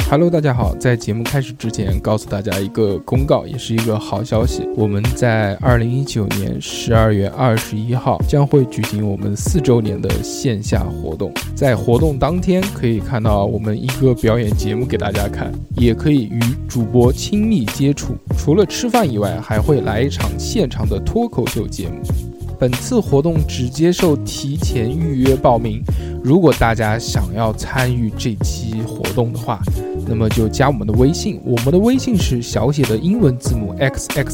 Hello， 大家好，在节目开始之前，告诉大家一个公告，也是一个好消息。我们在2019年12月21号将会举行我们4周年的线下活动。在活动当天，可以看到我们一个表演节目给大家看，也可以与主播亲密接触。除了吃饭以外，还会来一场现场的脱口秀节目。本次活动只接受提前预约报名，如果大家想要参与这期活动的话，那么就加我们的微信，我们的微信是小写的英文字母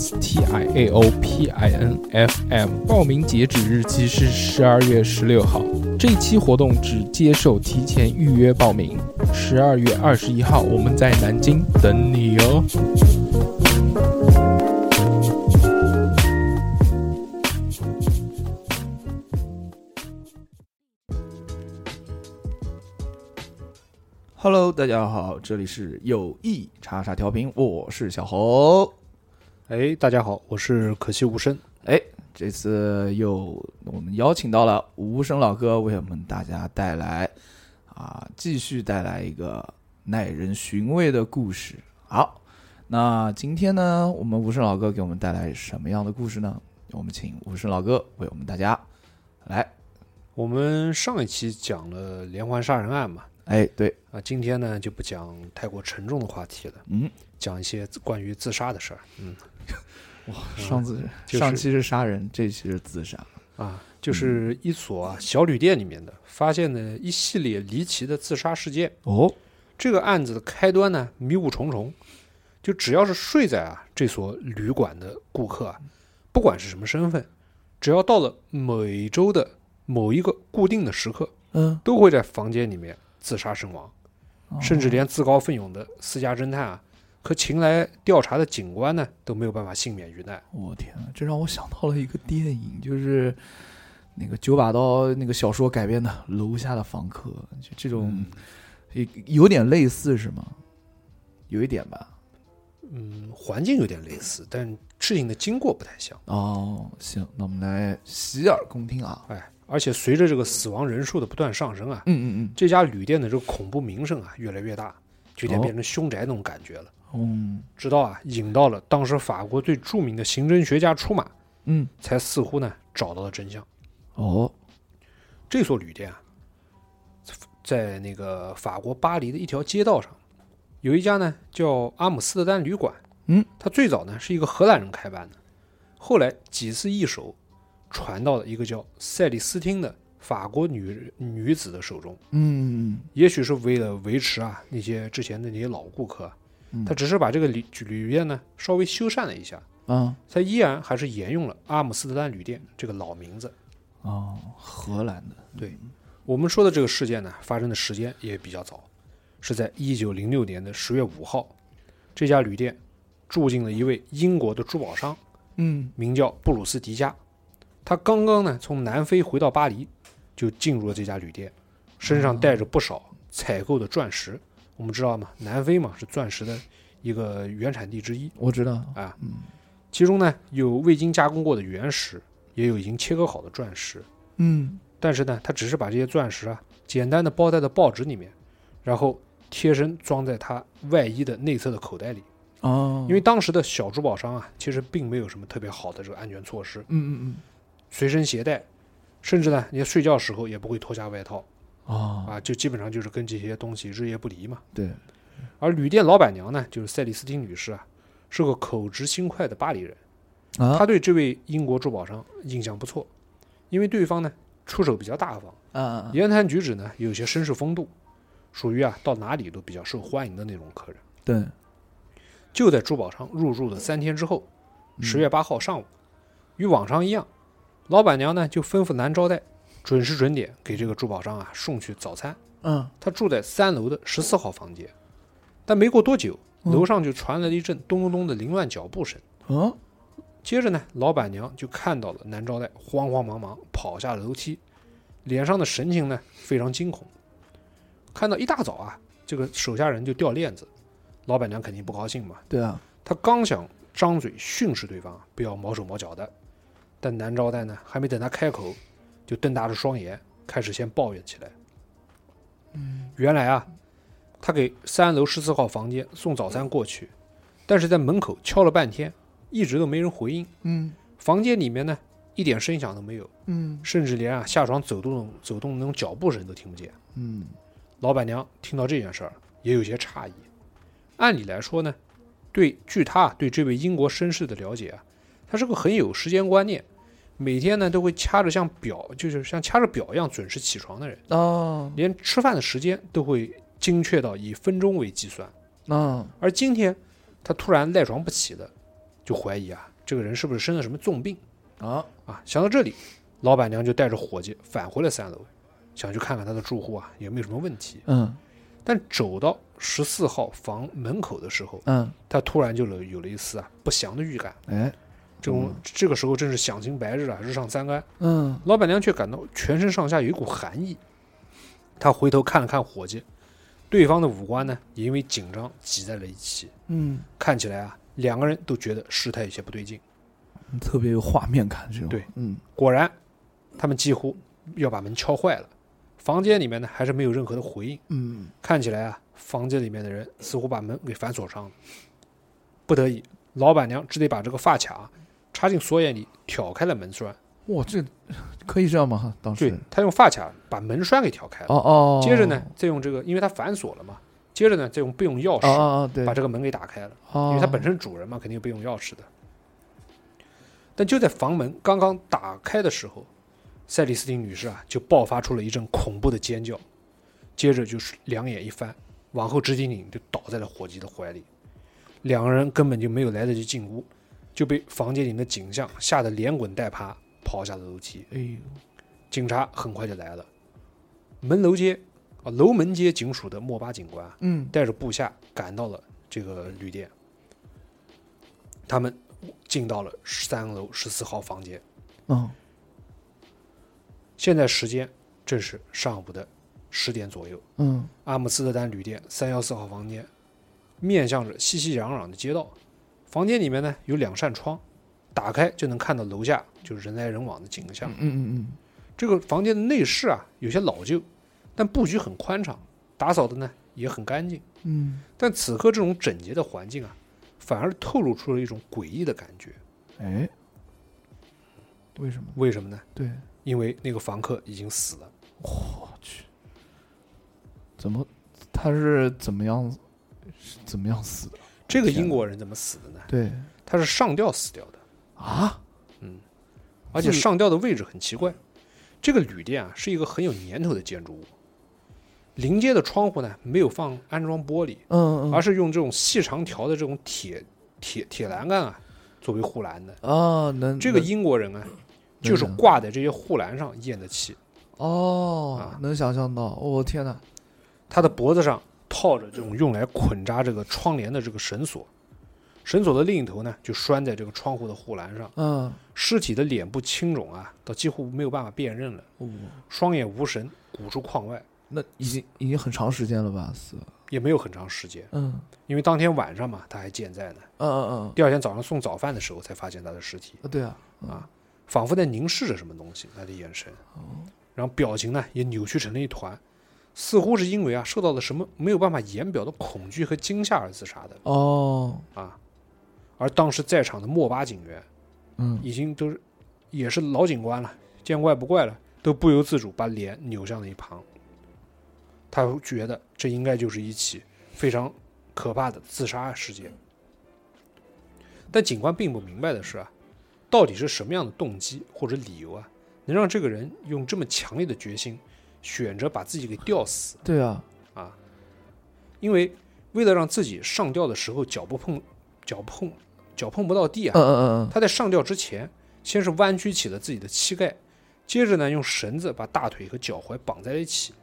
XXTIAOPINFM， 报名截止日期是12月16号。这期活动只接受提前预约报名，12月21号我们在南京等你哦。Hello， 大家好，这里是有意叉叉调频，我是小侯。 大家好，我是可惜无声。 这次我们邀请到了无声老哥为我们大家带来继续带来一个耐人寻味的故事。好，那今天呢，我们无声老哥给我们带来什么样的故事呢？我们请无声老哥为我们大家来。 我们上一期讲了连环杀人案嘛， 对今天呢就不讲太过沉重的话题了，讲一些关于自杀的事儿。 上期是杀人，这期是自杀就是一所小旅店里面的发现的一系列离奇的自杀事件。这个案子的开端呢迷雾重重，就只要是睡在这所旅馆的顾客不管是什么身份，只要到了每周的某一个固定的时刻，都会在房间里面自杀身亡，甚至连自告奋勇的私家侦探和前来调查的警官呢都没有办法幸免于难。 我天啊，这让我想到了一个电影，就是那个九把刀那个小说改编的《楼下的房客》，就这种有点类似是吗？有一点吧。 环境有点类似，但事情的经过不太像。 行，那我们来洗耳恭听而且随着这个死亡人数的不断上升这家旅店的这个恐怖名声越来越大，就有点变成凶宅那种感觉了。直到引到了当时法国最著名的刑侦学家出马，才似乎呢找到了真相。这所旅店在那个法国巴黎的一条街道上，有一家呢叫阿姆斯特丹旅馆。它最早呢是一个荷兰人开办的，后来几次易手传到了一个叫塞利斯汀的法国女子的手中。也许是为了维持那些之前的那些老顾客，他只是把这个旅店呢稍微修缮了一下，他依然还是沿用了阿姆斯特丹旅店这个老名字。 荷兰的。 对，我们说的这个事件呢发生的时间也比较早，是在1906年的10月5号，这家旅店住进了一位英国的珠宝商，名叫布鲁斯迪加。他刚刚呢从南非回到巴黎，就进入了这家旅店，身上带着不少采购的钻石。我们知道嘛，南非嘛是钻石的一个原产地之一。 我知道其中呢有未经加工过的原石，也有已经切割好的钻石。但是呢他只是把这些钻石简单的包在了报纸里面，然后贴身装在他外衣的内侧的口袋里。因为当时的小珠宝商其实并没有什么特别好的这个安全措施。随身携带，甚至呢你睡觉时候也不会脱下外套。就基本上就是跟这些东西日夜不离嘛。 对。 而旅店老板娘呢就是塞利斯汀女士是个口直心快的巴黎人。她对这位英国珠宝商印象不错，因为对方呢出手比较大方，言谈举止呢有些绅士风度，属于到哪里都比较受欢迎的那种客人。 对。 就在珠宝商入住的3天之后，10月8号上午，与往常一样，老板娘呢就吩咐男招待准时准点给这个珠宝商送去早餐。他住在3楼的14号房间，但没过多久，楼上就传来了一阵咚咚咚的凌乱脚步声。接着呢，老板娘就看到了男招待慌慌忙忙跑下楼梯，脸上的神情呢非常惊恐。看到一大早这个手下人就掉链子，老板娘肯定不高兴嘛。 对啊。 他刚想张嘴训斥对方不要毛手毛脚的，但男招待呢还没等他开口，就瞪大着双眼开始先抱怨起来。原来他给3楼14号房间送早餐过去，但是在门口敲了半天，一直都没人回应。房间里面呢一点声响都没有。甚至连下床走动那种脚步声都听不见。老板娘听到这件事儿也有些诧异。按理来说呢，据他对这位英国绅士的了解啊，他是个很有时间观念，每天呢都会掐着像掐着表一样准时起床的人。连吃饭的时间都会精确到以分钟为计算。而今天他突然赖床不起的，就怀疑啊，这个人是不是生了什么重病想到这里，老板娘就带着伙计返回了3楼，想去看看他的住户啊有没有什么问题。但走到14号房门口的时候，他突然就有了一丝不祥的预感。这个时候正是响晴白日啊，日上三竿。老板娘却感到全身上下有一股寒意。他回头看了看伙计，对方的五官呢也因为紧张挤在了一起。看起来啊，两个人都觉得事态有些不对劲， 特别有画面感。这种对，果然，他们几乎要把门敲坏了。房间里面呢还是没有任何的回应。看起来啊，房间里面的人似乎把门给反锁上了。不得已，老板娘只得把这个发卡插进锁眼里，挑开了门栓。 哇，这可以这样吗？当时对，他用发卡把门栓给挑开了。接着呢，再用这个，因为他反锁了嘛，接着呢再用备用钥匙把这个门给打开了。因为他本身主人嘛，肯定有备用钥匙的。但就在房门刚刚打开的时候，赛利斯汀女士啊就爆发出了一阵恐怖的尖叫，接着就是两眼一翻，往后直挺挺就倒在了伙计的怀里。两个人根本就没有来得及进屋，就被房间里的景象吓得连滚带爬跑下了楼梯。警察很快就来了。楼门街警署的莫巴警官带着部下赶到了这个旅店。他们进到了3楼14号房间。现在时间正是上午的10点左右。阿姆斯特丹旅店314号房间面向着熙熙攘攘的街道。房间里面呢有2扇窗，打开就能看到楼下就是人来人往的景象。这个房间的内饰啊有些老旧，但布局很宽敞，打扫的呢也很干净。但此刻这种整洁的环境啊，反而透露出了一种诡异的感觉。为什么呢？ 对， 因为那个房客已经死了。 我去，他是怎么样死的？ 这个英国人怎么死的呢？ 对， 他是上吊死掉的。而且上吊的位置很奇怪。这个旅店啊是一个很有年头的建筑物，临街的窗户呢没有安装玻璃，而是用这种细长条的这种铁栏杆啊作为护栏的。这个英国人啊就是挂在这些护栏上咽的气。 能想象到。天哪！ 他的脖子上套着这种用来捆扎这个窗帘的这个绳索，绳索的另一头呢就拴在这个窗户的护栏上。尸体的脸部青肿啊到几乎没有办法辨认了。双眼无神，骨出眶外。 那已经很长时间了吧？死了也没有很长时间。因为当天晚上嘛他还健在呢。第二天早上送早饭的时候才发现他的尸体。 对啊。 仿佛在凝视着什么东西，他的眼神。然后表情呢也扭曲成了一团，似乎是因为啊受到了什么没有办法言表的恐惧和惊吓而自杀的。而当时在场的莫巴警员已经也是老警官了，见怪不怪了，都不由自主把脸扭向了一旁。他觉得这应该就是一起非常可怕的自杀事件。但警官并不明白的是啊，到底是什么样的动机或者理由啊能让这个人用这么强烈的决心选择把自己给吊死。 对啊。 因为为了让自己上吊的时候脚碰不到地啊，他在上吊之前先是弯曲起了自己的膝盖，接着呢用绳子把大腿和脚踝绑在了一起。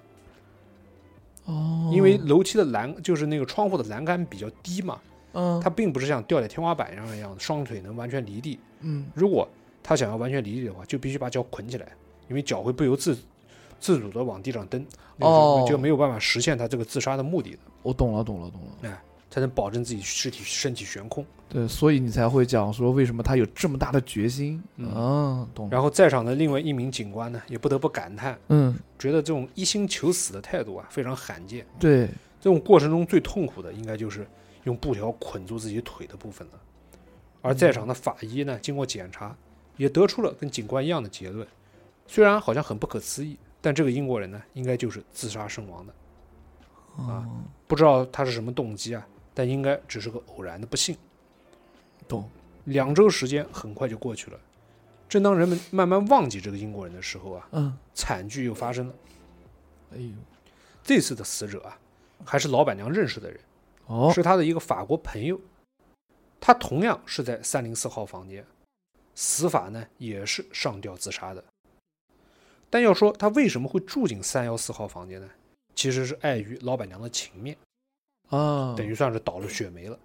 因为楼梯的就是那个窗户的栏杆比较低嘛，它并不是像吊在天花板上一样双腿能完全离地。如果他想要完全离地的话，就必须把脚捆起来，因为脚会不由自主的往地上蹬，就没有办法实现他这个自杀的目的的。 我懂了。 才能保证自己身体悬空。 对，所以你才会讲说为什么他有这么大的决心。懂。 然后在场的另外一名警官呢，也不得不感叹，觉得这种一心求死的态度啊非常罕见。 对， 这种过程中最痛苦的应该就是用布条捆住自己腿的部分了。而在场的法医呢，经过检查也得出了跟警官一样的结论，虽然好像很不可思议，但这个英国人呢应该就是自杀身亡的不知道他是什么动机啊，但应该只是个偶然的不幸。 懂。 2周时间很快就过去了，正当人们慢慢忘记这个英国人的时候啊，惨剧又发生了。 哎呦， 这次的死者啊，还是老板娘认识的人，是他的一个法国朋友，他同样是在304号房间，死法呢也是上吊自杀的。但要说他为什么会住进314号房间呢？其实是碍于老板娘的情面等于算是倒了血霉了。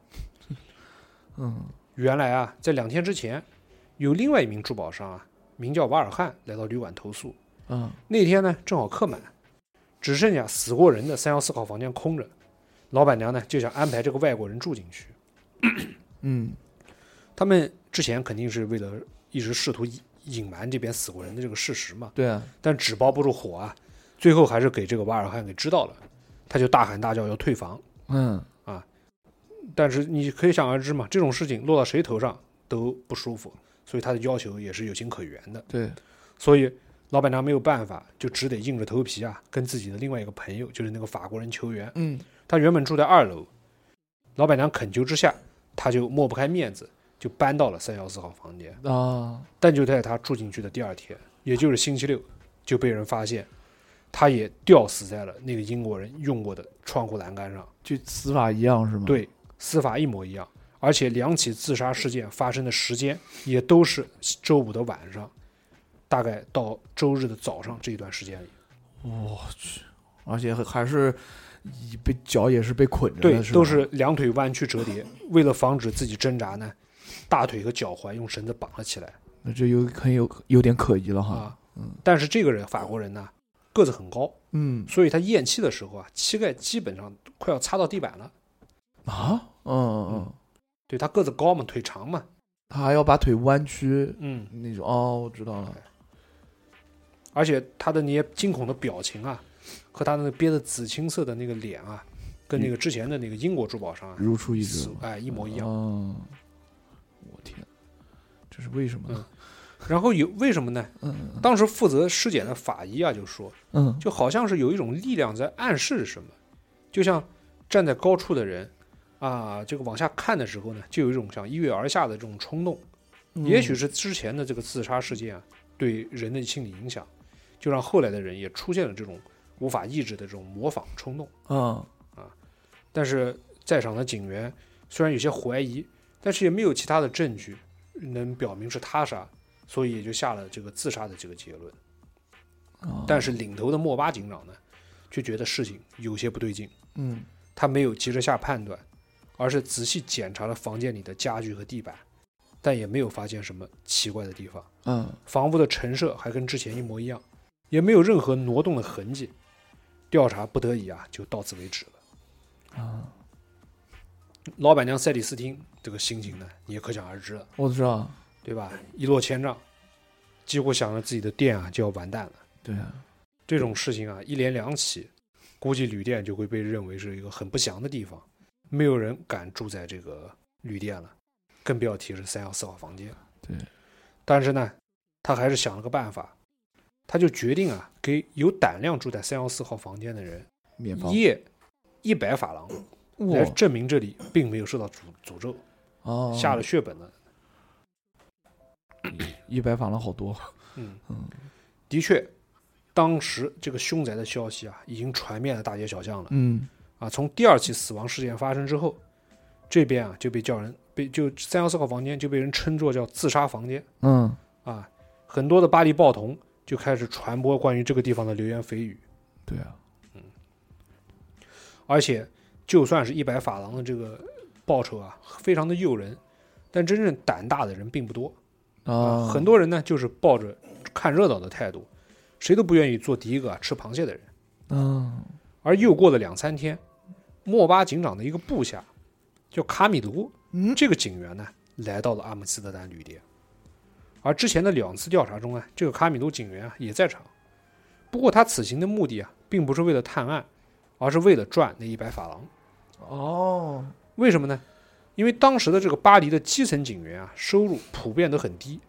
原来啊，在2天之前，有另外一名珠宝商啊，名叫瓦尔汉，来到旅馆投诉。那天呢正好客满，只剩下死过人的314号房间空着，老板娘呢就想安排这个外国人住进去。他们之前肯定是为了一直试图隐瞒这边死过人的这个事实嘛。 对啊。 但纸包不住火啊，最后还是给这个瓦尔汉给知道了，他就大喊大叫要退房。但是你可以想而知嘛，这种事情落到谁头上都不舒服，所以他的要求也是有情可原的。 对。 所以老板娘没有办法，就只得硬着头皮啊，跟自己的另外一个朋友，就是那个法国人求援。他原本住在2楼，老板娘恳求之下，他就抹不开面子，就搬到了314号房间。但就在他住进去的第2天，也就是星期六，就被人发现他也吊死在了那个英国人用过的窗户栏杆上。 就死法一样是吗？ 对，死法一模一样，而且2起自杀事件发生的时间也都是周五的晚上，大概到周日的早上这一段时间里。 我去，而且还是脚也是被捆着的。 对，都是2腿弯曲折叠，为了防止自己挣扎呢，大腿和脚踝用绳子绑了起来。 那这有点可疑了哈。 但是这个人法国人呢，个子很高，所以他咽气的时候啊，膝盖基本上快要擦到地板了。对，他个子高嘛，腿长嘛， 他还要把腿弯曲，那种。我知道了。 而且他的那些惊恐的表情啊，和他那个憋得紫青色的那个脸啊，跟那个之前的那个英国珠宝商如出一辙， 一模一样。 我天，这是为什么呢？ 然后为什么呢？当时负责尸检的法医啊就说，就好像是有一种力量在暗示什么，就像站在高处的人啊，这个往下看的时候呢，就有一种想一跃而下的这种冲动。也许是之前的这个自杀事件啊，对人的心理影响，就让后来的人也出现了这种无法抑制的这种模仿冲动。但是在场的警员虽然有些怀疑，但是也没有其他的证据能表明是他杀，所以也就下了这个自杀的这个结论。但是领头的莫巴警长呢，却觉得事情有些不对劲。他没有急着下判断，而是仔细检查了房间里的家具和地板，但也没有发现什么奇怪的地方。房屋的陈设还跟之前一模一样，也没有任何挪动的痕迹。调查不得已啊，就到此为止了。老板娘塞里斯汀这个心情呢，你也可想而知了。 我知道， 对吧？一落千丈，几乎想着自己的店啊就要完蛋了。 对啊， 这种事情啊一连2起，估计旅店就会被认为是一个很不祥的地方，没有人敢住在这个旅店了，更不要提是314号房间。 对， 但是呢，他还是想了个办法，他就决定啊，给有胆量住在314号房间的人一夜100法郎，来证明这里并没有受到诅咒。下了血本了。 100法郎好多。 的确，当时这个凶宅的消息啊，已经传遍了大街小巷了。从第2起死亡事件发生之后，这边啊就就314号房间就被人称作叫自杀房间。很多的巴黎报童就开始传播关于这个地方的流言蜚语。 对啊。 而且就算是100法郎的这个报酬啊，非常的诱人，但真正胆大的人并不多。很多人呢就是抱着看热闹的态度，谁都不愿意做第一个吃螃蟹的人。而又过了2-3天，莫巴警长的一个部下叫卡米卢，这个警员呢来到了阿姆斯特丹旅店。而之前的2次调查中这个卡米卢警员也在场。不过他此行的目的并不是为了探案， 而是为了赚那100法郎。为什么呢？因为当时的这个巴黎的基层警员啊，收入普遍都很低。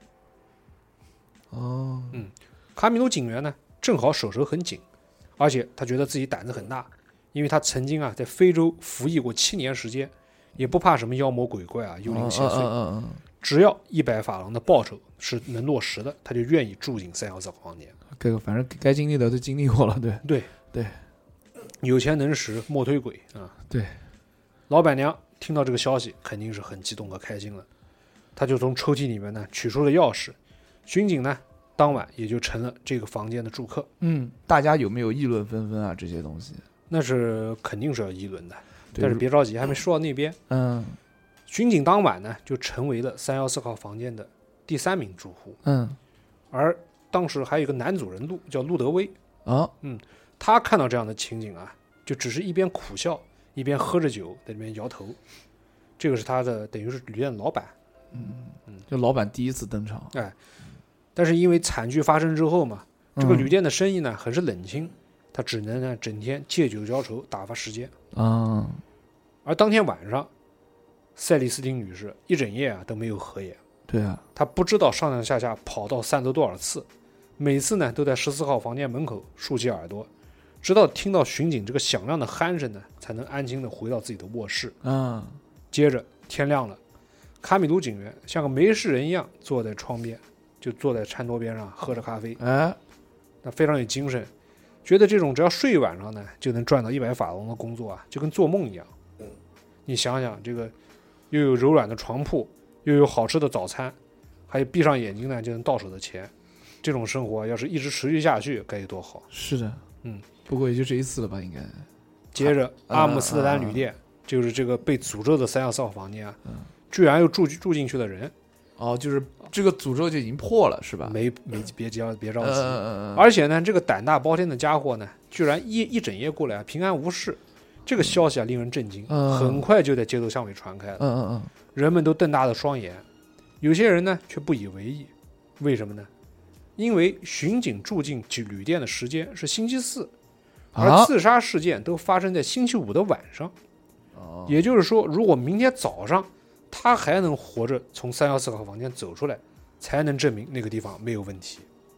卡米卢警员呢，正好手头很紧，而且他觉得自己胆子很大，因为他曾经啊在非洲服役过7年时间，也不怕什么妖魔鬼怪啊、幽灵邪祟。只要100法郎的报酬是能落实的，他就愿意住进314号房间。 反正该经历的都经历过了，对， 有钱能使莫推鬼啊。 对， 老板娘听到这个消息，肯定是很激动和开心了。他就从抽屉里面呢取出了钥匙，巡警呢当晚也就成了这个房间的住客。 大家有没有议论纷纷啊？这些东西那是肯定是要议论的，但是别着急，还没说到那边。巡警当晚呢就成为了314号房间的第3名住户。而当时还有一个男主人叫路德威。他看到这样的情景啊，就只是一边苦笑一边喝着酒在那边摇头。这个是他的等于是旅店的老板。 就老板第一次登场。 但是因为惨剧发生之后嘛，这个旅店的生意呢很是冷清，他只能呢整天借酒浇愁打发时间。而当天晚上，塞利斯汀女士一整夜啊都没有合眼。 对啊， 她不知道上上下下跑到3楼多少次，每次呢都在14号房间门口竖起耳朵，直到听到巡警这个响亮的鼾声呢，才能安心的回到自己的卧室。接着天亮了，卡米卢警员像个没事人一样坐在窗边，就坐在餐桌边上喝着咖啡。那非常有精神，觉得这种只要睡一晚上呢就能赚到100法郎的工作啊，就跟做梦一样。你想想，这个又有柔软的床铺，又有好吃的早餐，还有闭上眼睛呢就能到手的钱，这种生活要是一直持续下去该有多好。 是的。不过也就这一次了吧，应该。 接着阿姆斯特丹旅店，就是这个被诅咒的314号房间啊，居然又住进去的人。 就是这个诅咒就已经破了是吧？ 别着急。而且呢，这个胆大包天的家伙呢，居然一整夜过来平安无事。这个消息啊令人震惊，很快就在街头巷尾传开了。人们都瞪大了双眼，有些人呢却不以为意。为什么呢？因为巡警住进旅店的时间是星期4，而自杀事件都发生在星期5的晚上。也就是说，如果明天早上他还能活着从314号房间走出来，才能证明那个地方没有问题。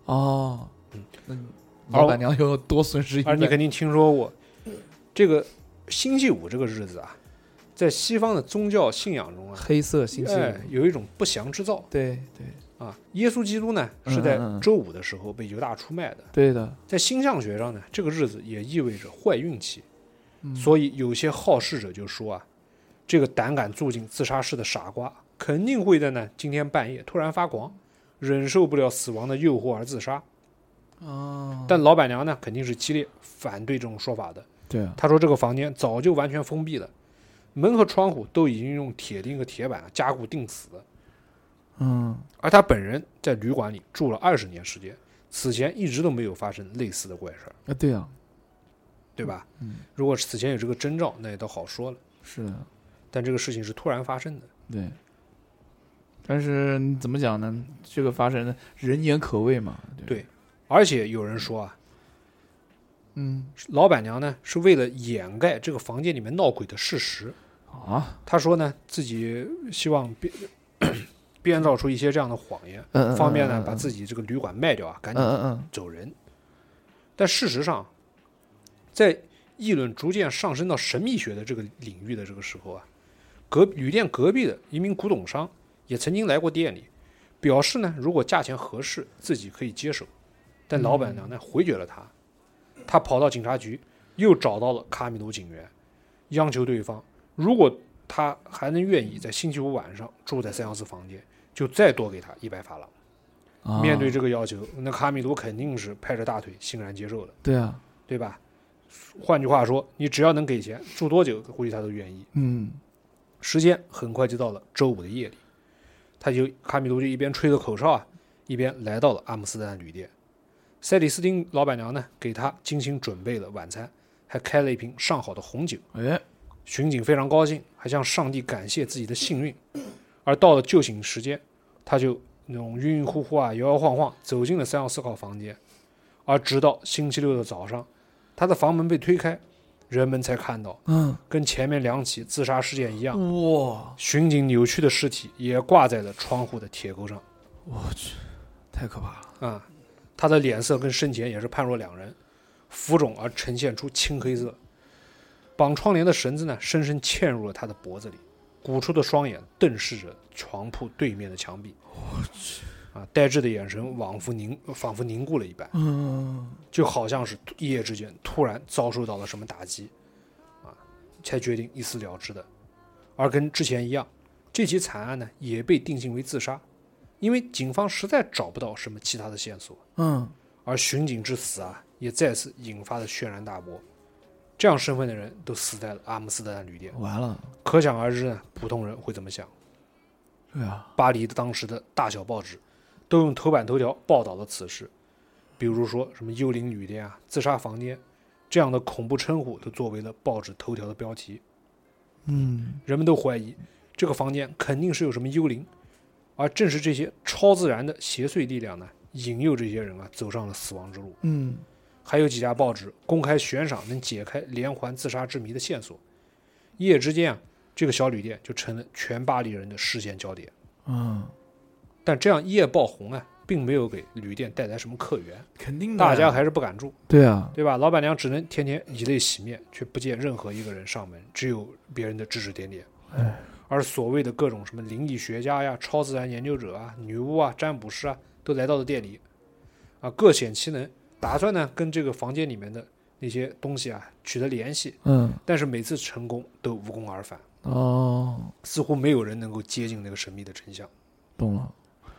老板娘又多损失100。 而你肯定听说过这个星期5这个日子啊，在西方的宗教信仰中啊， 黑色星期五， 有一种不祥之兆。 对耶稣基督呢是在周5的时候被犹大出卖的。 对的。 在星象学上呢，这个日子也意味着坏运气。所以有些好事者就说啊，这个胆敢住进自杀室的傻瓜，肯定会在呢今天半夜突然发狂，忍受不了死亡的诱惑而自杀。但老板娘呢肯定是激烈反对这种说法的。 对啊， 他说这个房间早就完全封闭了，门和窗户都已经用铁钉和铁板加固定死了。而他本人在旅馆里住了20年时间，此前一直都没有发生类似的怪事。 对啊， 对吧？如果此前有这个征兆，那也都好说了。 是的， 但这个事情是突然发生的。 对，但是你怎么讲呢？这个发生的人言可畏嘛。 对，而且有人说啊，老板娘呢是为了掩盖这个房间里面闹鬼的事实啊。她说呢，自己希望编造出一些这样的谎言，方便呢把自己这个旅馆卖掉啊，赶紧走人。但事实上，在议论逐渐上升到神秘学的这个领域的这个时候啊，旅店隔壁的一名古董商也曾经来过店里，表示呢，如果价钱合适，自己可以接手。但老板娘呢回绝了他。他跑到警察局，又找到了卡米卢警员，央求对方，如果他还能愿意在星期5晚上住在314房间，就再多给他100法郎。面对这个要求，那卡米卢肯定是拍着大腿欣然接受了。 对啊， 对吧？换句话说，你只要能给钱，住多久估计他都愿意。时间很快就到了周5的夜里，卡米卢就一边吹着口哨啊，一边来到了阿姆斯特丹旅店。塞里斯汀老板娘呢给他精心准备了晚餐，还开了一瓶上好的红酒。巡警非常高兴，还向上帝感谢自己的幸运。而到了就寝时间，他就那种晕晕乎乎啊，摇摇晃晃走进了314号房间。而直到星期6的早上，他的房门被推开， 人们才看到，跟前面2起自杀事件一样， 哇， 巡警扭曲的尸体也挂在了窗户的铁钩上。 我去，太可怕了啊！他的脸色跟生前也是判若两人，浮肿而呈现出青黑色。绑窗帘的绳子呢，深深嵌入了他的脖子里，鼓出的双眼瞪视着床铺对面的墙壁。 我去！ 呆滞的眼神仿佛凝固了一般，就好像是一夜之间突然遭受到了什么打击，才决定一死了之的。而跟之前一样，这起惨案呢也被定性为自杀，因为警方实在找不到什么其他的线索。而巡警之死啊，也再次引发了轩然大波。这样身份的人都死在了阿姆斯特丹旅店， 完了， 可想而知呢，普通人会怎么想？ 对啊， 巴黎当时的大小报纸都用头版头条报道了此事，比如说什么幽灵旅店啊、自杀房间这样的恐怖称呼都作为了报纸头条的标题。人们都怀疑这个房间肯定是有什么幽灵，而正是这些超自然的邪祟力量呢，引诱这些人啊走上了死亡之路。还有几家报纸公开悬赏能解开连环自杀之谜的线索，一夜之间啊，这个小旅店就成了全巴黎人的视线焦点。但这样一夜爆红啊，并没有给旅店带来什么客源， 肯定的， 大家还是不敢住。 对啊， 对吧？老板娘只能天天以泪洗面，却不见任何一个人上门，只有别人的指指点点。而所谓的各种什么灵异学家呀、超自然研究者啊、女巫啊、占卜师啊，都来到了店里，各显其能，打算呢跟这个房间里面的那些东西啊取得联系。但是每次成功都无功而返。似乎没有人能够接近那个神秘的真相。 懂了。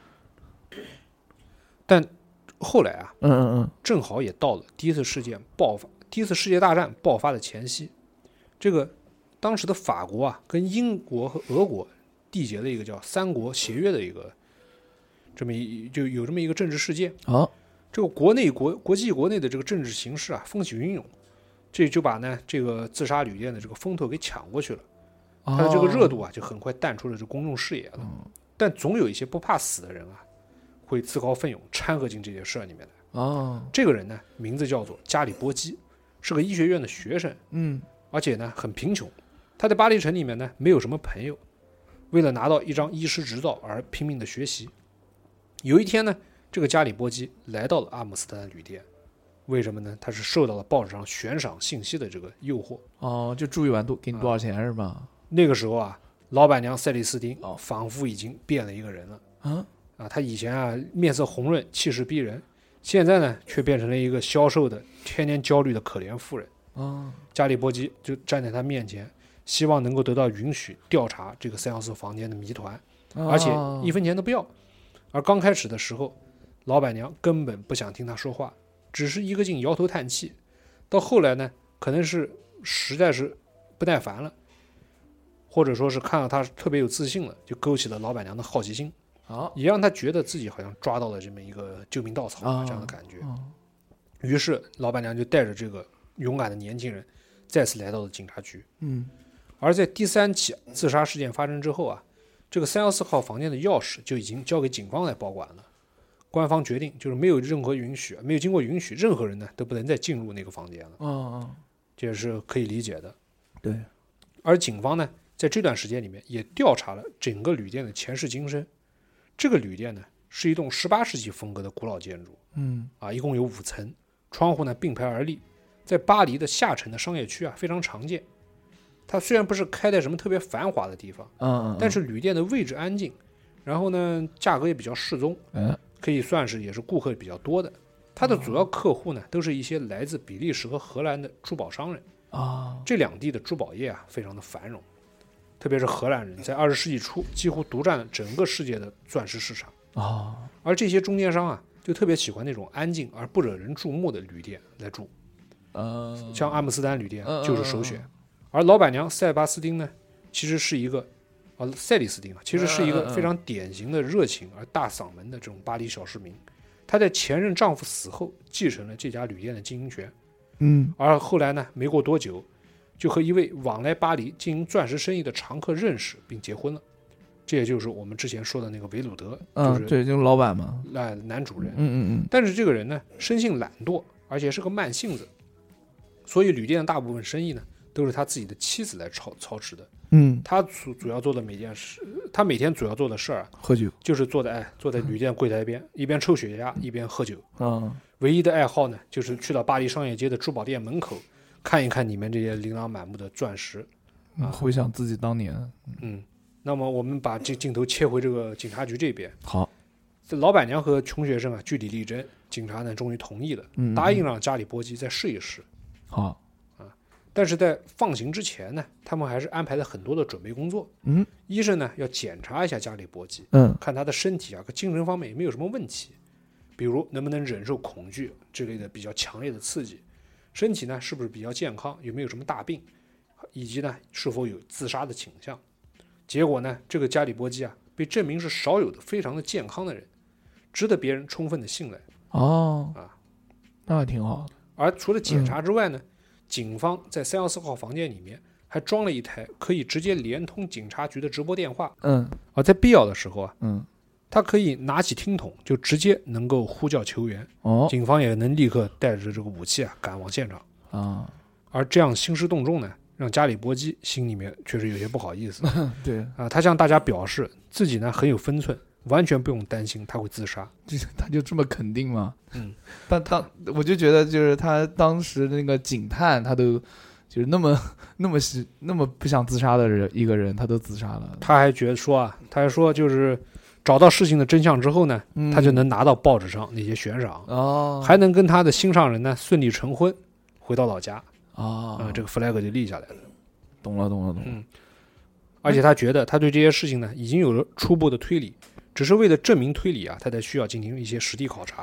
但后来啊，正好也到了第一次世界大战爆发的前夕。这个当时的法国啊，跟英国和俄国缔结了一个叫三国协约的一个就有这么一个政治事件。这个国内的这个政治形势啊，风起云涌，这就把呢这个自杀旅店的这个风头给抢过去了。他的这个热度啊，就很快淡出了这公众视野了。但总有一些不怕死的人啊，会自告奋勇掺和进这件事里面来。这个人呢，名字叫做加里波基，是个医学院的学生。而且呢很贫穷。他在巴黎城里面呢没有什么朋友，为了拿到一张医师执照而拼命的学习。有一天呢，这个加里波基来到了阿姆斯特丹旅店。为什么呢？他是受到了报纸上悬赏信息的这个诱惑。 就住一晚给你多少钱是吧？ 那个时候啊，老板娘塞利斯汀仿佛已经变了一个人了。她以前啊面色红润，气势逼人，现在呢却变成了一个消瘦的、天天焦虑的可怜妇人。加里波基就站在他面前，希望能够得到允许调查这个314房间的谜团，而且1分钱都不要。而刚开始的时候，老板娘根本不想听他说话，只是一个劲摇头叹气。到后来呢，可能是实在是不耐烦了，或者说是看到他特别有自信了，就勾起了老板娘的好奇心，也让他觉得自己好像抓到了这么一个救命稻草这样的感觉。于是老板娘就带着这个勇敢的年轻人再次来到了警察局。而在第3起自杀事件发生之后啊，这个314号房间的钥匙就已经交给警方来保管了。官方决定就是没有经过允许，任何人呢都不能再进入那个房间了。这也是可以理解的。 对。 而警方呢在这段时间里面也调查了整个旅店的前世今生。这个旅店呢是一栋18世纪风格的古老建筑。一共有5层，窗户呢并排而立，在巴黎的下沉的商业区啊非常常见。它虽然不是开在什么特别繁华的地方，但是旅店的位置安静，然后呢价格也比较适中，可以算是也是顾客比较多的。它的主要客户呢都是一些来自比利时和荷兰的珠宝商人。这两地的珠宝业啊非常的繁荣，特别是荷兰人在20世纪初几乎独占了整个世界的钻石市场。而这些中间商啊就特别喜欢那种安静而不惹人注目的旅店来住。像阿姆斯特丹旅店就是首选。而老板娘塞利斯汀呢，其实是一个非常典型的热情而大嗓门的这种巴黎小市民。她在前任丈夫死后继承了这家旅店的经营权。而后来呢，没过多久，就和一位往来巴黎经营钻石生意的常客认识并结婚了。这也就是我们之前说的那个维鲁德， 就是老板嘛， 男主人。但是这个人呢，生性懒惰，而且是个慢性子。 所以旅店的大部分生意呢，都是他自己的妻子来操持的。他主要做的他每天主要做的事儿喝酒， 就是坐在旅店柜台边，一边抽雪茄一边喝酒。唯一的爱好呢，就是去到巴黎商业街的珠宝店门口，看一看里面这些琳琅满目的钻石， 回想自己当年。 那么我们把这镜头切回这个警察局这边。 好， 这老板娘和穷学生据理力争，警察呢终于同意了，答应让加里波基再试一试。 好。 但是在放行之前呢，他们还是安排了很多的准备工作。医生呢要检查一下加里波基，看他的身体和精神方面有没有什么问题，比如能不能忍受恐惧之类的比较强烈的刺激，身体呢是不是比较健康，有没有什么大病，以及呢是否有自杀的倾向。结果呢，这个加里波基被证明是少有的非常的健康的人，值得别人充分的信赖。 那挺好的。 而除了检查之外呢，警方在314号房间里面还装了一台可以直接连通警察局的直播电话。而在必要的时候他可以拿起听筒就直接能够呼叫求援。警方也能立刻带着这个武器赶往现场。而这样兴师动众呢，让加里波基心里面确实有些不好意思。 对他向大家表示自己呢很有分寸，完全不用担心他会自杀。 他就这么肯定吗？但我就觉得就是他当时那个警探，他都就是那么不想自杀的一个人，他都自杀了。 他还说就是找到事情的真相之后呢，他就能拿到报纸上那些悬赏，还能跟他的心上人呢顺利成婚，回到老家。这个 flag 就立下来了。 懂了。 而且他觉得他对这些事情呢已经有了初步的推理，只是为了证明推理他才需要进行一些实地考察。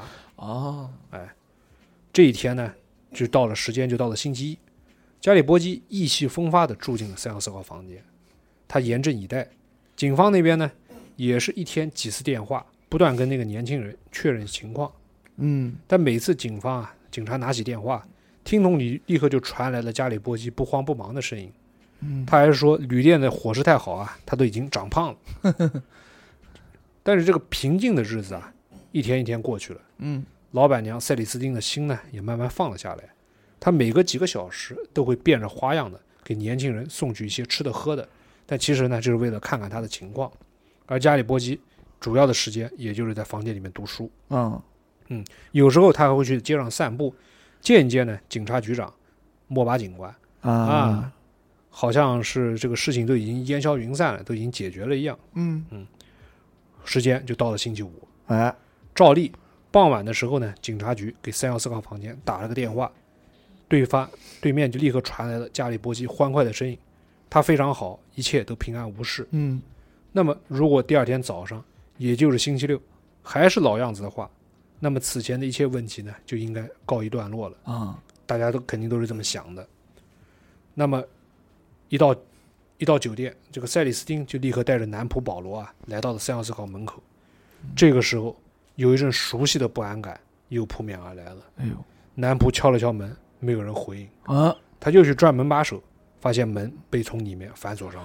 这一天呢就到了星期一，加里波基意气风发地住进了314号房间，他严阵以待。警方那边呢也是一天几次电话，不断跟那个年轻人确认情况。但每次警察拿起电话，听筒里立刻就传来了加里波基不慌不忙的声音。他还说旅店的伙食太好他都已经长胖了。但是这个平静的日子一天一天过去了。老板娘塞里斯汀的心呢也慢慢放了下来。她每隔几个小时都会变着花样的给年轻人送去一些吃的喝的，但其实呢就是为了看看他的情况。而加里波基主要的时间也就是在房间里面读书。有时候他还会去街上散步，见一见呢警察局长莫巴警官。好像是这个事情都已经烟消云散了，都已经解决了一样。时间就到了星期五。照例傍晚的时候呢，警察局给314号房间打了个电话，对面就立刻传来了加里波基欢快的声音，他非常好，一切都平安无事。那么如果第二天早上，也就是星期六，还是老样子的话，那么此前的一切问题呢就应该告一段落了。大家肯定都是这么想的。那么一到酒店，这个塞里斯汀就立刻带着男仆保罗来到了314号门口。这个时候有一阵熟悉的不安感又扑面而来了。男仆敲了敲门，没有人回应。他就去转门把手，发现门被从里面反锁上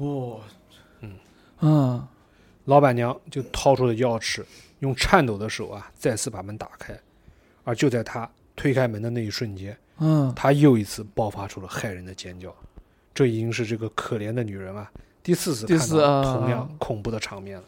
了。老板娘就掏出了钥匙，用颤抖的手再次把门打开。而就在他推开门的那一瞬间，他又一次爆发出了骇人的尖叫。这已经是这个可怜的女人第四次看到同样恐怖的场面了。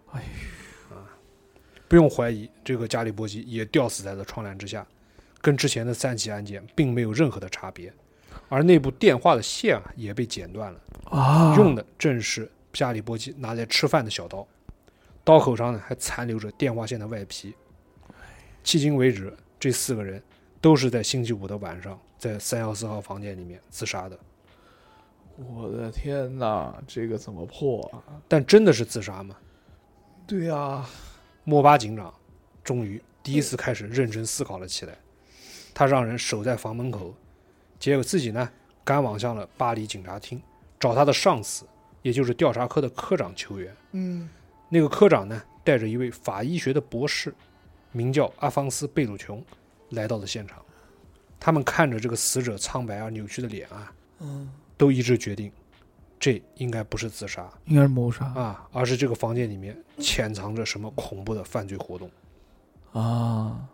不用怀疑，这个加里波基也吊死在了窗栏之下，跟之前的3起案件并没有任何的差别。而那部电话的线也被剪断了，用的正是加里波基拿来吃饭的小刀，刀口上呢还残留着电话线的外皮。迄今为止，这4个人都是在星期五的晚上在314号房间里面自杀的。 我的天哪，这个怎么破但真的是自杀吗？ 对莫巴警长终于第一次开始认真思考了起来。他让人守在房门口，结果自己呢赶往向了巴黎警察厅，找他的上司，也就是调查科的科长求援。那个科长呢带着一位法医学的博士，名叫阿方斯·贝鲁琼，来到了现场。他们看着这个死者苍白而扭曲的脸都一致决定，这应该不是自杀， 应该是谋杀而是这个房间里面潜藏着什么恐怖的犯罪活动。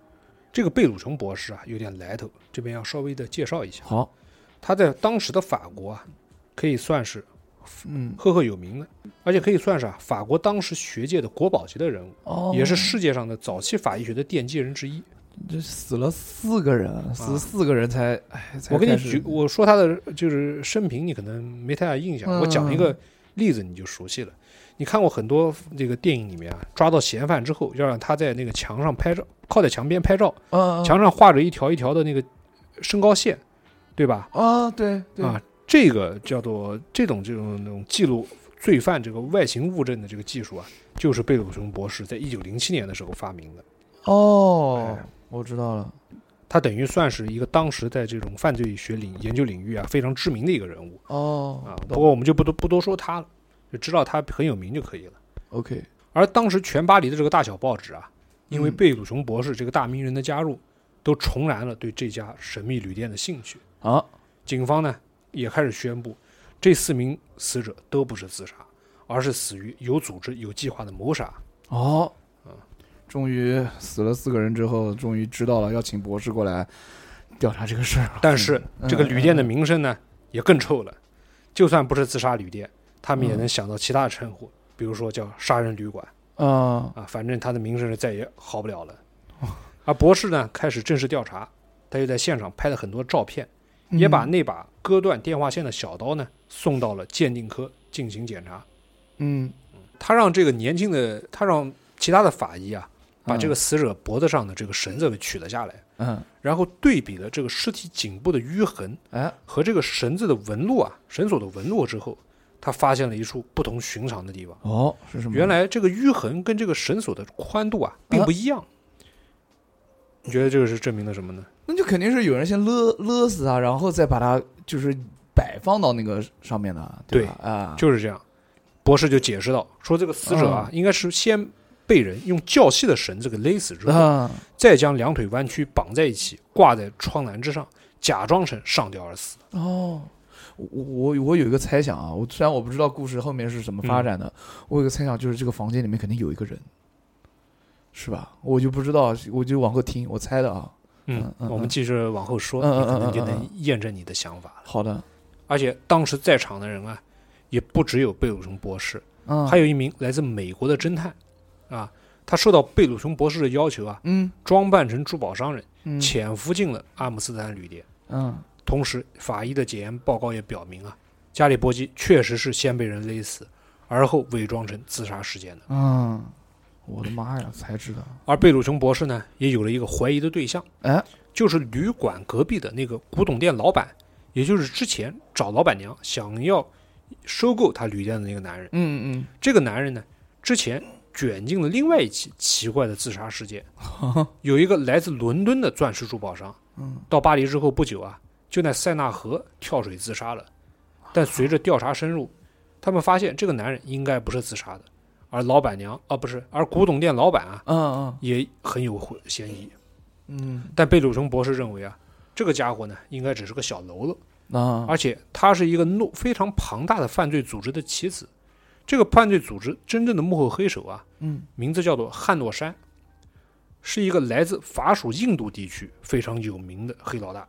这个贝鲁琼博士啊，有点来头，这边要稍微的介绍一下。 好， 他在当时的法国啊，可以算是赫赫有名的，而且可以算是法国当时学界的国宝级的人物，也是世界上的早期法医学的奠基人之一。 这死了4个人，死4个人才我跟你我说他的就是生平，你可能没太大印象。我讲一个例子你就熟悉了。你看过很多这个电影里面啊，抓到嫌犯之后，要让他在那个墙上拍照，靠在墙边拍照，墙上画着一条一条的那个身高线，对吧？ 对啊，这个叫做这种记录罪犯这个外形物证的这个技术啊，就是贝鲁琼博士在1907年的时候发明的。 我知道了。 他等于算是一个当时在这种犯罪学研究领域啊非常知名的一个人物。不过我们就不多说他了，就知道他很有名就可以了。 OK。 而当时全巴黎的这个大小报纸啊，因为贝鲁琼博士这个大名人的加入，都重燃了对这家神秘旅店的兴趣。警方呢也开始宣布，这4名死者都不是自杀，而是死于有组织、有计划的谋杀。 终于死了4个人之后，终于知道了要请博士过来调查这个事儿。 但是这个旅店的名声呢也更臭了，就算不是自杀旅店，他们也能想到其他的称呼，比如说叫杀人旅馆。反正他的名声是再也好不了了。而博士呢开始正式调查，他又在现场拍了很多照片，也把那把割断电话线的小刀呢送到了鉴定科进行检查。他让其他的法医啊把这个死者脖子上的这个绳子给取了下来，然后对比了这个尸体颈部的淤痕，和这个绳子的纹路啊，绳索的纹路之后，他发现了一处不同寻常的地方。 是什么？ 原来这个淤痕跟这个绳索的宽度啊并不一样。你觉得这个是证明了什么呢？ 那就肯定是有人先勒死他，然后再把他就是摆放到那个上面的，对吧？ 就是这样。博士就解释到，说这个死者啊，应该是先被人用较细的绳子给勒死之后，再将2腿弯曲绑在一起，挂在窗栏之上，假装成上吊而死。 我有一个猜想啊，虽然我不知道故事后面是怎么发展的，我有一个猜想，就是这个房间里面肯定有一个人，是吧？我就不知道，我就往后听，我猜的啊。 我们继续往后说，你可能就能验证你的想法了。 好的。 而且当时在场的人啊，也不只有贝鲁琼博士，还有一名来自美国的侦探。他受到贝鲁琼博士的要求啊，装扮成珠宝商人，潜伏进了阿姆斯特丹旅店。同时，法医的检验报告也表明啊，加里波基确实是先被人勒死，而后伪装成自杀事件的。 我的妈呀，才知道。 而贝鲁琼博士呢，也有了一个怀疑的对象，就是旅馆隔壁的那个古董店老板，也就是之前找老板娘想要收购他旅店的那个男人。这个男人呢，之前卷进了另外一起奇怪的自杀事件。有一个来自伦敦的钻石珠宝商，到巴黎之后不久啊，就在塞纳河跳水自杀了。但随着调查深入，他们发现这个男人应该不是自杀的，而老板娘而古董店老板啊，也很有嫌疑。但贝鲁琼博士认为啊，这个家伙呢，应该只是个小喽啰，而且他是一个非常庞大的犯罪组织的棋子。这个犯罪组织真正的幕后黑手啊，名字叫做汉诺山，是一个来自法属印度地区非常有名的黑老大。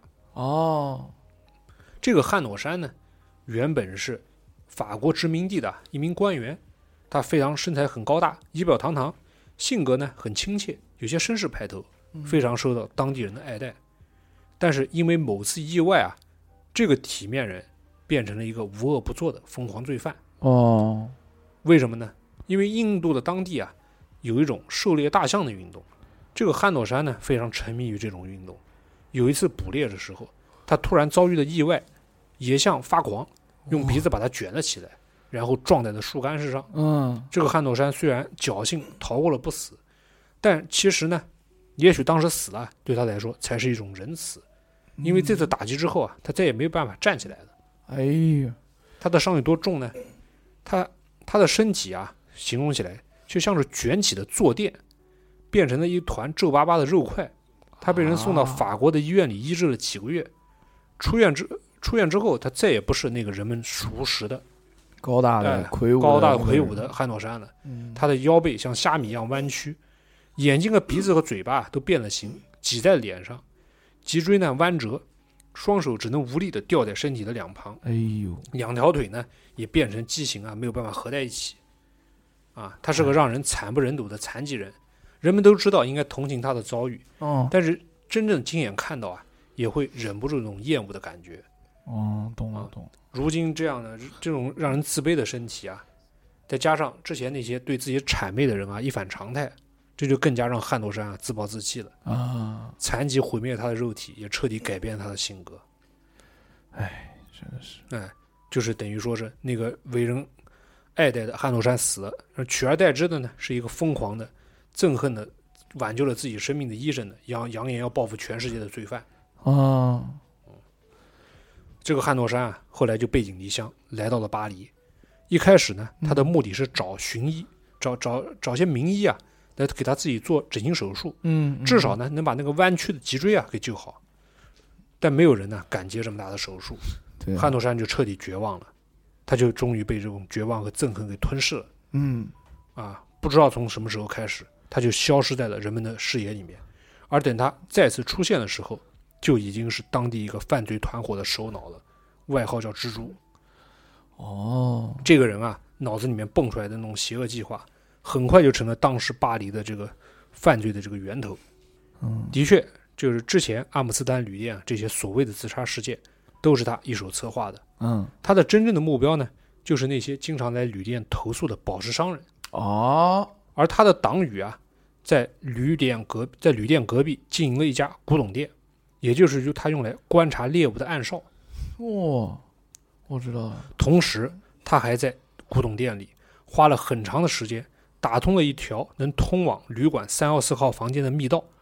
这个汉诺山呢，原本是法国殖民地的一名官员，他非常身材很高大，仪表堂堂，性格呢很亲切，有些绅士派头，非常受到当地人的爱戴。但是因为某次意外啊，这个体面人变成了一个无恶不作的疯狂罪犯。为什么呢？因为印度的当地啊，有一种狩猎大象的运动，这个汉诺山呢非常沉迷于这种运动。有一次捕猎的时候，他突然遭遇了意外，野象发狂，用鼻子把他卷了起来，然后撞在了树干之上。这个汉诺山虽然侥幸逃过了不死，但其实呢，也许当时死了对他来说才是一种仁慈，因为这次打击之后啊，他再也没有办法站起来了。他的伤有多重呢？他的身体啊，形容起来就像是卷起的坐垫，变成了一团皱巴巴的肉块。他被人送到法国的医院里医治了几个月，出院之后，他再也不是那个人们熟识的高大的魁梧的汉诺山了。他的腰背像虾米一样弯曲，眼睛和鼻子和嘴巴都变了形， 挤在脸上，脊椎呢弯折，双手只能无力地吊在身体的两旁， 哎呦， 两条腿呢也变成畸形啊，没有办法合在一起啊。他是个让人惨不忍睹的残疾人，人们都知道应该同情他的遭遇，但是真正亲眼看到啊，也会忍不住那种厌恶的感觉。 懂了懂了。 如今这样的这种让人自卑的身体啊，再加上之前那些对自己谄媚的人啊一反常态，这就更加让汉诺山啊自暴自弃了啊！残疾毁灭他的肉体，也彻底改变他的性格。 哎，真的是， 就是等于说是那个为人爱戴的汉诺山死了，取而代之的呢是一个疯狂的、憎恨的、挽救了自己生命的医生呢，扬言要报复全世界的罪犯啊！这个汉诺山啊，后来就背井离乡，来到了巴黎。一开始呢，他的目的是找寻医，找些名医啊，来给他自己做整形手术，至少呢能把那个弯曲的脊椎啊给救好。但没有人呢敢接这么大的手术，汉诺山就彻底绝望了，他就终于被这种绝望和憎恨给吞噬了。不知道从什么时候开始，他就消失在了人们的视野里面。而等他再次出现的时候，就已经是当地一个犯罪团伙的首脑了，外号叫蜘蛛。这个人啊，脑子里面蹦出来的那种邪恶计划，很快就成了当时巴黎的这个犯罪的这个源头。的确，就是之前阿姆斯特丹旅店这些所谓的自杀事件，都是他一手策划的。他的真正的目标呢，就是那些经常来旅店投诉的宝石商人。而他的党羽啊，在旅店隔壁经营了一家古董店，也就是他用来观察猎物的暗哨。 我知道了。 同时，他还在古董店里花了很长的时间，打通了一条能通往旅馆314号房间的密道。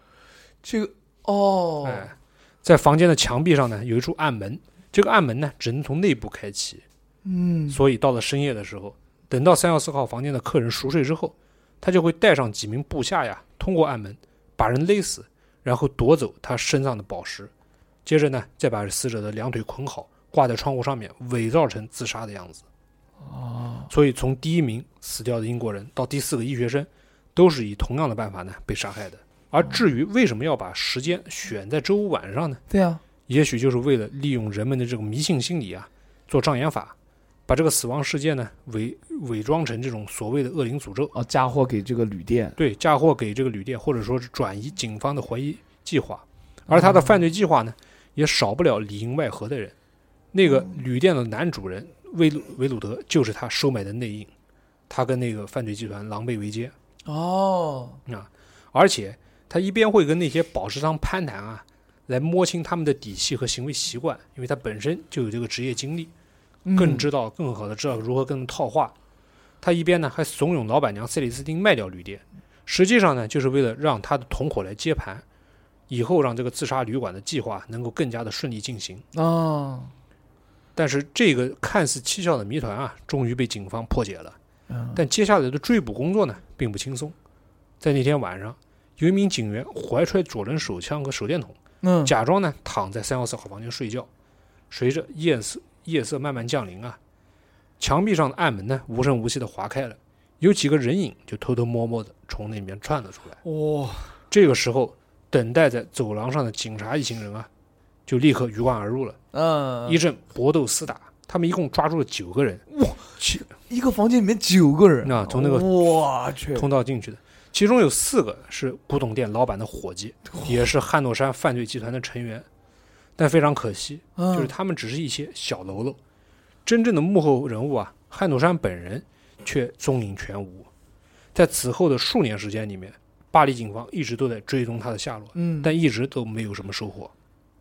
在房间的墙壁上呢，有一处暗门，这个暗门呢，只能从内部开启。所以到了深夜的时候，等到314号房间的客人熟睡之后，他就会带上几名部下呀，通过暗门把人勒死，然后夺走他身上的宝石，接着呢，再把死者的两腿捆好，挂在窗户上面，伪造成自杀的样子。所以从第一名死掉的英国人到第4个医学生，都是以同样的办法呢被杀害的。而至于为什么要把时间选在周五晚上呢？ 对啊， 也许就是为了利用人们的这种迷信心理啊，做障眼法，把这个死亡事件呢伪装成这种所谓的恶灵诅咒嫁祸给这个旅店。 对，嫁祸给这个旅店，或者说是转移警方的怀疑计划。而他的犯罪计划呢，也少不了里应外合的人。那个旅店的男主人维鲁德就是他收买的内应，他跟那个犯罪集团狼狈为奸。而且他一边会跟那些宝石商攀谈啊，来摸清他们的底细和行为习惯，因为他本身就有这个职业经历，更好的知道如何跟他们套话。他一边呢还怂恿老板娘塞里斯汀卖掉旅店，实际上呢就是为了让他的同伙来接盘，以后让这个自杀旅馆的计划能够更加的顺利进行。但是这个看似蹊跷的谜团啊，终于被警方破解了。但接下来的追捕工作呢并不轻松。在那天晚上，有一名警员怀揣左轮手枪和手电筒，假装呢躺在314号房间睡觉。随着夜色慢慢降临啊，墙壁上的暗门呢无声无息地划开了，有几个人影就偷偷摸摸地从那里面窜了出来。这个时候，等待在走廊上的警察一行人啊，就立刻鱼贯而入了。一阵搏斗厮打，他们一共抓住了9个人。 一个房间里面9个人从那个通道进去的。其中有4个是古董店老板的伙计，也是汉诺山犯罪集团的成员。但非常可惜，就是他们只是一些小喽啰，真正的幕后人物啊，汉诺山本人却踪影全无。在此后的数年时间里面，巴黎警方一直都在追踪他的下落，但一直都没有什么收获。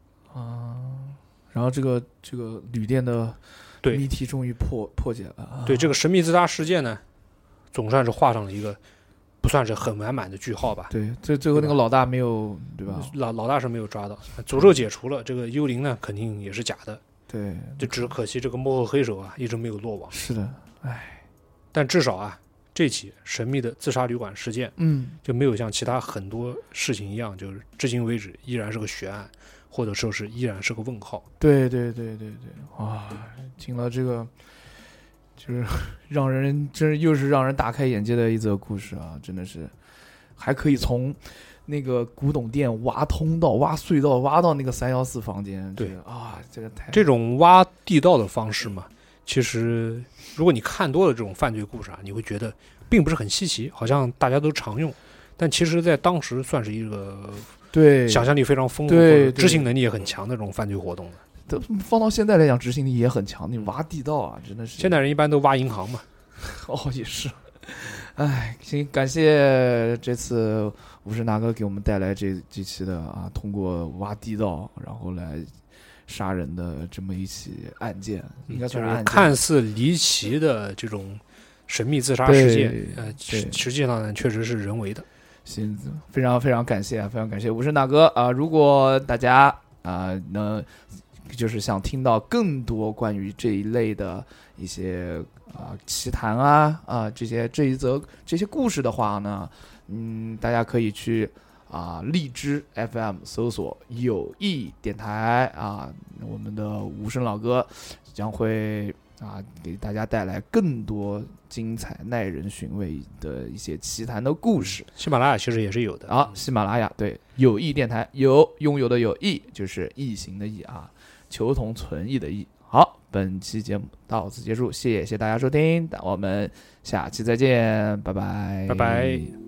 然后这个旅店的谜题终于破解了。 对，这个神秘自杀事件呢，总算是画上了一个不算是很完满的句号吧。 对，最后那个老大没有，对吧？ 老大是没有抓到，诅咒解除了，这个幽灵呢肯定也是假的。 对， 就只可惜这个幕后黑手啊一直没有落网。 是的， 但至少啊，这起神秘的自杀旅馆事件，就没有像其他很多事情一样，就是至今为止依然是个悬案，或者说是依然是个问号。 对，哇，听了这个。就是真是又是让人大开眼界的一则故事啊！真的是，还可以从那个古董店挖通道、挖隧道，挖到那个314房间。 对啊， 这种挖地道的方式嘛，其实如果你看多了这种犯罪故事啊，你会觉得并不是很稀奇，好像大家都常用，但其实在当时算是一个想象力非常丰富、执行能力也很强的这种犯罪活动的。放到现在来讲，执行力也很强。你挖地道啊，真的是。 现代人一般都挖银行嘛。 哦，也是。哎，行，感谢这次吴师大哥给我们带来这期的啊，通过挖地道然后来杀人的这么一起案件，应该算是案件， 看似离奇的这种神秘自杀事件，实际上呢确实是人为的。 行，非常非常感谢，非常感谢吴师大哥啊！如果大家能就是想听到更多关于这一类的一些奇谈这些故事的话呢，大家可以去荔枝 FM 搜索有意电台我们的吴声老哥将会给大家带来更多精彩耐人寻味的一些奇谈的故事。 喜马拉雅其实也是有的喜马拉雅对有意电台，拥有的有意就是异形的异求同存异的异。好，本期节目到此结束，谢谢大家收听，我们下期再见，拜拜， 拜拜。